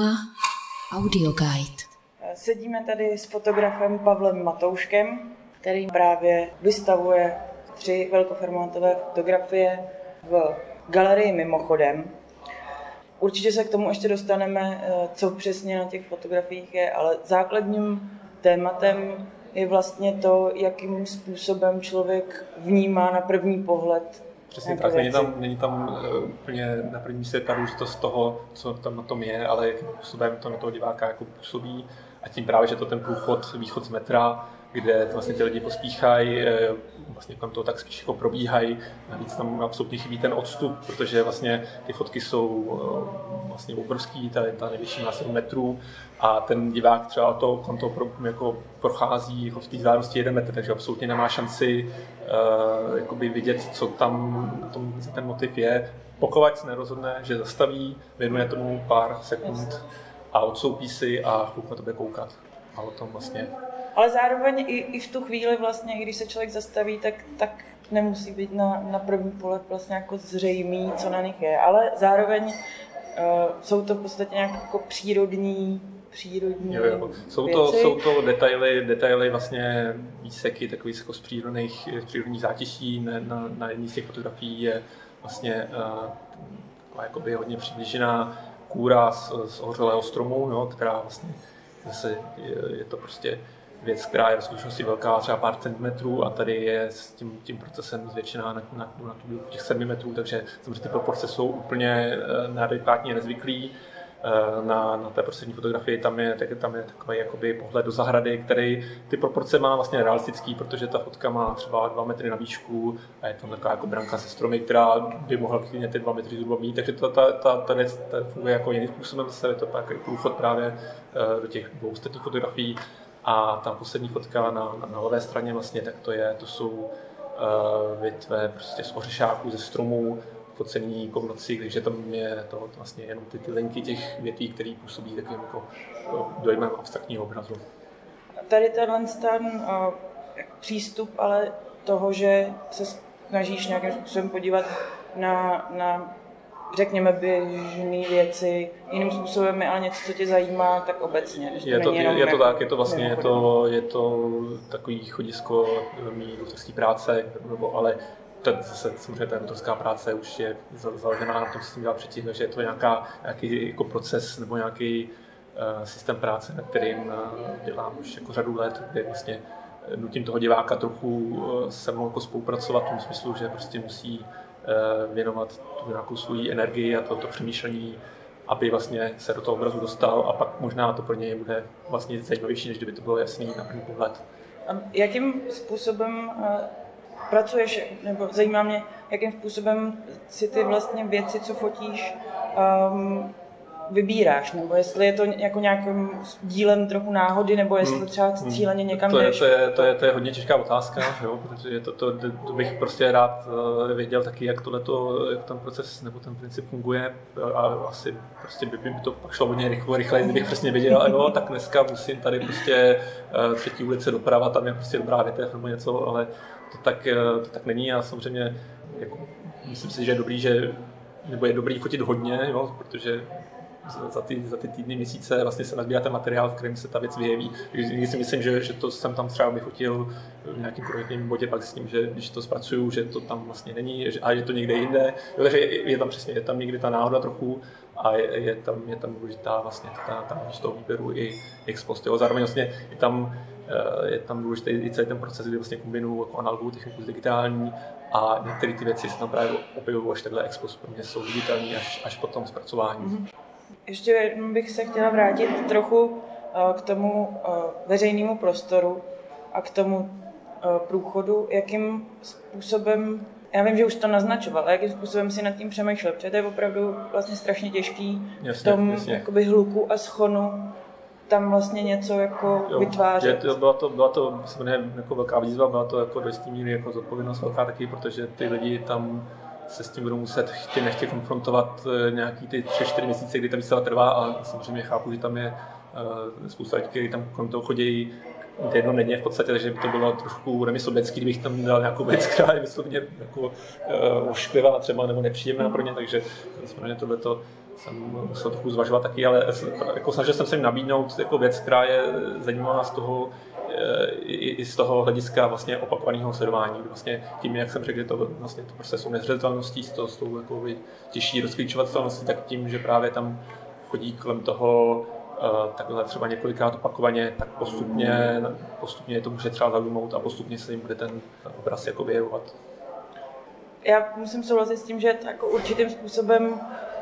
Forma Audioguide. Sedíme tady s fotografem Pavlem Matouškem, který právě vystavuje 3 velkoformátové fotografie v galerii Mimochodem. Určitě se k tomu ještě dostaneme, co přesně na těch fotografiích je, ale základním tématem je vlastně to, jakým způsobem člověk vnímá na první pohled. Přesně tak, není tam úplně na první místě ta důležitost toho, co tam na tom je, ale jakým způsobem to na toho diváka jako působí. A tím právě, že to ten průchod, východ z metra, kde vlastně ty lidi pospíchají, vlastně kolem toho tak spíš jako probíhají. Navíc tam absolutně chybí ten odstup, protože vlastně ty fotky jsou vlastně obrovský, ta největší má 7 metrů a ten divák třeba kolem toho jako prochází jako v té vzdálenosti 1 metr, takže absolutně nemá šanci jakoby vidět, co tam na tom ten motiv je. Pokud se nerozhodne, že zastaví, věnuje tomu pár sekund a odsoupí si a chvilku na to bude koukat. A o tom vlastně. Ale zároveň i v tu chvíli vlastně, když se člověk zastaví, tak nemusí být na první pohled vlastně jako zřejmý, co na nich je. Ale zároveň jsou to v podstatě nějak jako přírodní jo. Jsou to detaily vlastně výseky takových jako z přírodních zátiší. Na jedné z těch fotografií je vlastně jakoby hodně přiblížená kůra z ohořelého stromu, jo, která vlastně zase je to prostě věc, která je v skutečnosti velká, třeba pár centimetrů a tady je s tím procesem zvětšená na tu délku těch 7 metrů, takže samozřejmě ty proporce jsou úplně neadekvátně nezvyklý. Na té poslední fotografii tam je takový jakoby pohled do zahrady, který ty proporce má vlastně realistický, protože ta fotka má třeba 2 metry na výšku a je tam taková jako branka se stromy, která by mohla klidně ty 2 metry zhruba mít, takže ta věc funguje jako jiným způsobem, je to takový průchod právě do těch 2 ostatních fotografií. A ta poslední fotka na levé straně vlastně, tak to jsou větve prostě z ořešáků, ze stromů, focený jako v noci, takže tam je to vlastně jenom ty linky těch větví, které působí takovým jako dojmem abstraktního obrazu. Tady ten přístup, ale toho, že se snažíš nějakým způsobem podívat na řekněme běžné věci jiným způsobem, ale něco, co tě zajímá, tak obecně. Je to takový chodisko mý doktorské práce, ale zase samozřejmě ta doktorská práce už je založená na tom, co jsem dělal předtím, takže je to nějaký jako proces nebo nějaký systém práce, na kterým dělám už jako řadu let, kde vlastně nutím toho diváka trochu se mnou jako spolupracovat v tom smyslu, že prostě musí věnovat tu nějakou svou energii a to přemýšlení, aby vlastně se do toho obrazu dostal a pak možná to pro něj bude vlastně zajímavější, než kdyby to bylo jasný na první pohled. A jakým způsobem pracuješ, nebo zajímá mě, jakým způsobem si ty vlastně věci, co fotíš, vybíráš, nebo jestli je to jako nějakým dílem trochu náhody, nebo jestli třeba cíleně někam jdeš? To je hodně těžká otázka, jo, protože to bych prostě rád věděl taky, jak ten proces nebo ten princip funguje a asi prostě by to pak šlo hodně rychleji, kdybych přesně věděl, jo, tak dneska musím tady prostě 3. ulice doprava, tam je prostě dobrá větev nebo něco, ale to tak není a samozřejmě jako, myslím si, že je dobrý, nebo je dobrý fotit hodně, jo, protože za ty týdny, měsíce vlastně se nazbírá ten materiál, v kterém se ta věc vyjeví. Takže si myslím, že to jsem tam třeba vyfotil v nějakém konkrétním bodě, pak s tím, že když to zpracuju, že to tam vlastně není, a že to někde jinde. Takže je tam někdy ta náhoda trochu a je tam důležitá vlastně ta možnost toho výběru i ex post. Zároveň vlastně je tam důležitý i celý ten proces, kdy vlastně kombinuju jako analogovou techniku s digitální a některé ty věci se tam právě objevují až takhle ex post, pro mě jsou digitální až po tom zpracování. Mm-hmm. Ještě bych se chtěla vrátit trochu k tomu veřejnému prostoru a k tomu průchodu, jakým způsobem, já vím, že už to naznačoval, ale jakým způsobem si nad tím přemýšlel, protože to je opravdu vlastně strašně těžký v tom jakoby hluku a schonu tam vlastně něco jako vytvářet. Byla to jako velká výzva, byla to jako do jistý míry jako zodpovědnost velká taky, protože ty lidi tam se s tím budou muset chtě konfrontovat nějaký ty 3-4 měsíce, kdy ta výstava trvá a samozřejmě chápu, že tam je spousta lidí, kteří tam kolem toho chodí jednodenně v podstatě, takže by to bylo trošku nemyslobecký, kdybych tam dal nějakou věc, která je vyslovně jako ošklivá třeba nebo nepříjemná pro ně, takže samozřejmě tohleto jsem musel trochu zvažovat taky, ale jako snažil jsem se jim nabídnout jako věc, která je zajímavá z toho, i z toho hlediska vlastně opakovaného sledování. Vlastně tím, jak jsem řekl, že to vlastně to procesu nezřetelností s tou jako těžší rozklíčovatelností, tak tím, že právě tam chodí kolem toho takhle třeba několikrát opakovaně, tak postupně to může třeba zaujmout a postupně se jim bude ten obraz jako vyjevovat. Já musím souhlasit s tím, že to jako určitým způsobem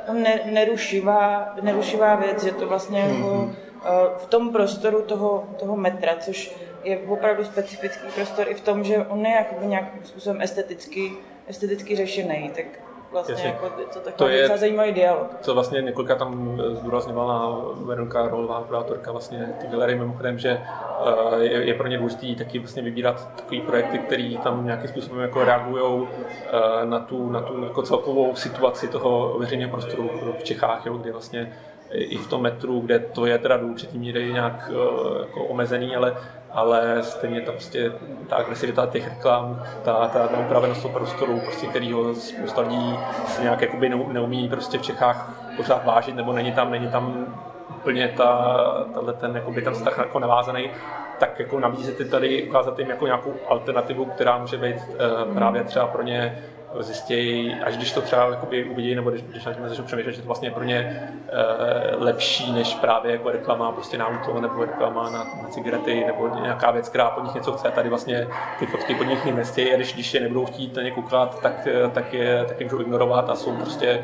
nerušivá věc, že to vlastně jako v tom prostoru toho metra, což je opravdu specifický prostor i v tom, že on je nějakým způsobem esteticky řešený, tak vlastně jako to takový docela zajímavý dialog. To vlastně několikrát tam zdůrazňovala Veronika Rolová, kurátorka vlastně ty galerie, mimochodem, že je pro ně důležitý taky vlastně vybírat takový projekty, které tam nějakým způsobem jako reagují na tu jako celkovou situaci toho veřejného prostoru v Čechách, jo, kde vlastně i v tom metru, kde to je teda do určitý míry nějak jako omezený, ale stejně ta prostě ta agresivita těch reklam, ta neupravenost toho prostoru, prostě, kterýho spousta lidí si nějak jakoby neumí prostě v Čechách pořád vážit, nebo není tam úplně ten jakoby ten vztah jako navázaný, tak jako nabízet tady, ukázat jim jako nějakou alternativu, která může být právě třeba pro ně zjistějí, až když to třeba uvidí, nebo když na tím začnou přemýšlet, že to vlastně je pro ně lepší, než právě jako reklama prostě na auto, nebo reklama na cigarety, nebo nějaká věc, která po nich něco chce. Tady vlastně ty fotky po nich nechtějí, a když je nebudou chtít na ně koukat, tak je můžou ignorovat a jsou prostě,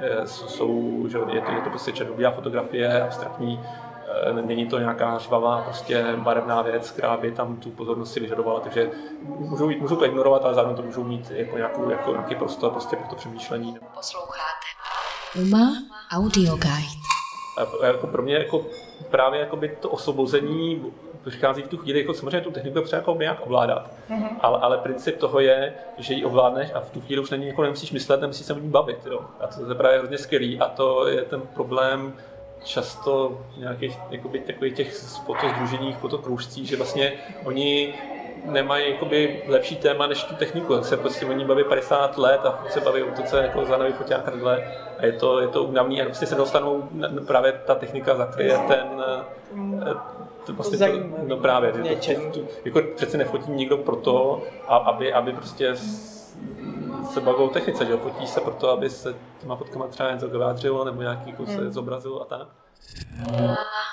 je to prostě černobílá fotografie, abstraktní. Není to nějaká žvavá, prostě barevná věc, která by tam tu pozornost si vyžadovala, takže můžou to ignorovat, ale zároveň to můžou mít jako nějaký prostor prostě pro to přemýšlení. Posloucháte UMA Audio Guide. Jako pro mě jako právě jako by to osvobození přichází v tu chvíli, jako samozřejmě tu techniku je třeba nějak ovládat, ale princip toho je, že ji ovládneš a v tu chvíli už na ní jako nemusíš myslet, nemusíš se o ní bavit. Jo? A to je právě hrozně skvělý a to je ten problém často nějakých takových těch fotosdruženích, fotokroužcích, že vlastně oni nemají jakoby lepší téma než tu techniku, tak se prostě o ní baví 50 let a se baví o to, co jako za nový foťák takhle a je to únavný a prostě se dostanou, právě ta technika zakryje vlastně no právě, jako přece nefotí nikdo proto, aby prostě se bavil o technice, že fotí se proto, aby se těma fotkama třeba něco vyjádřilo nebo nějaký se zobrazilo a tak.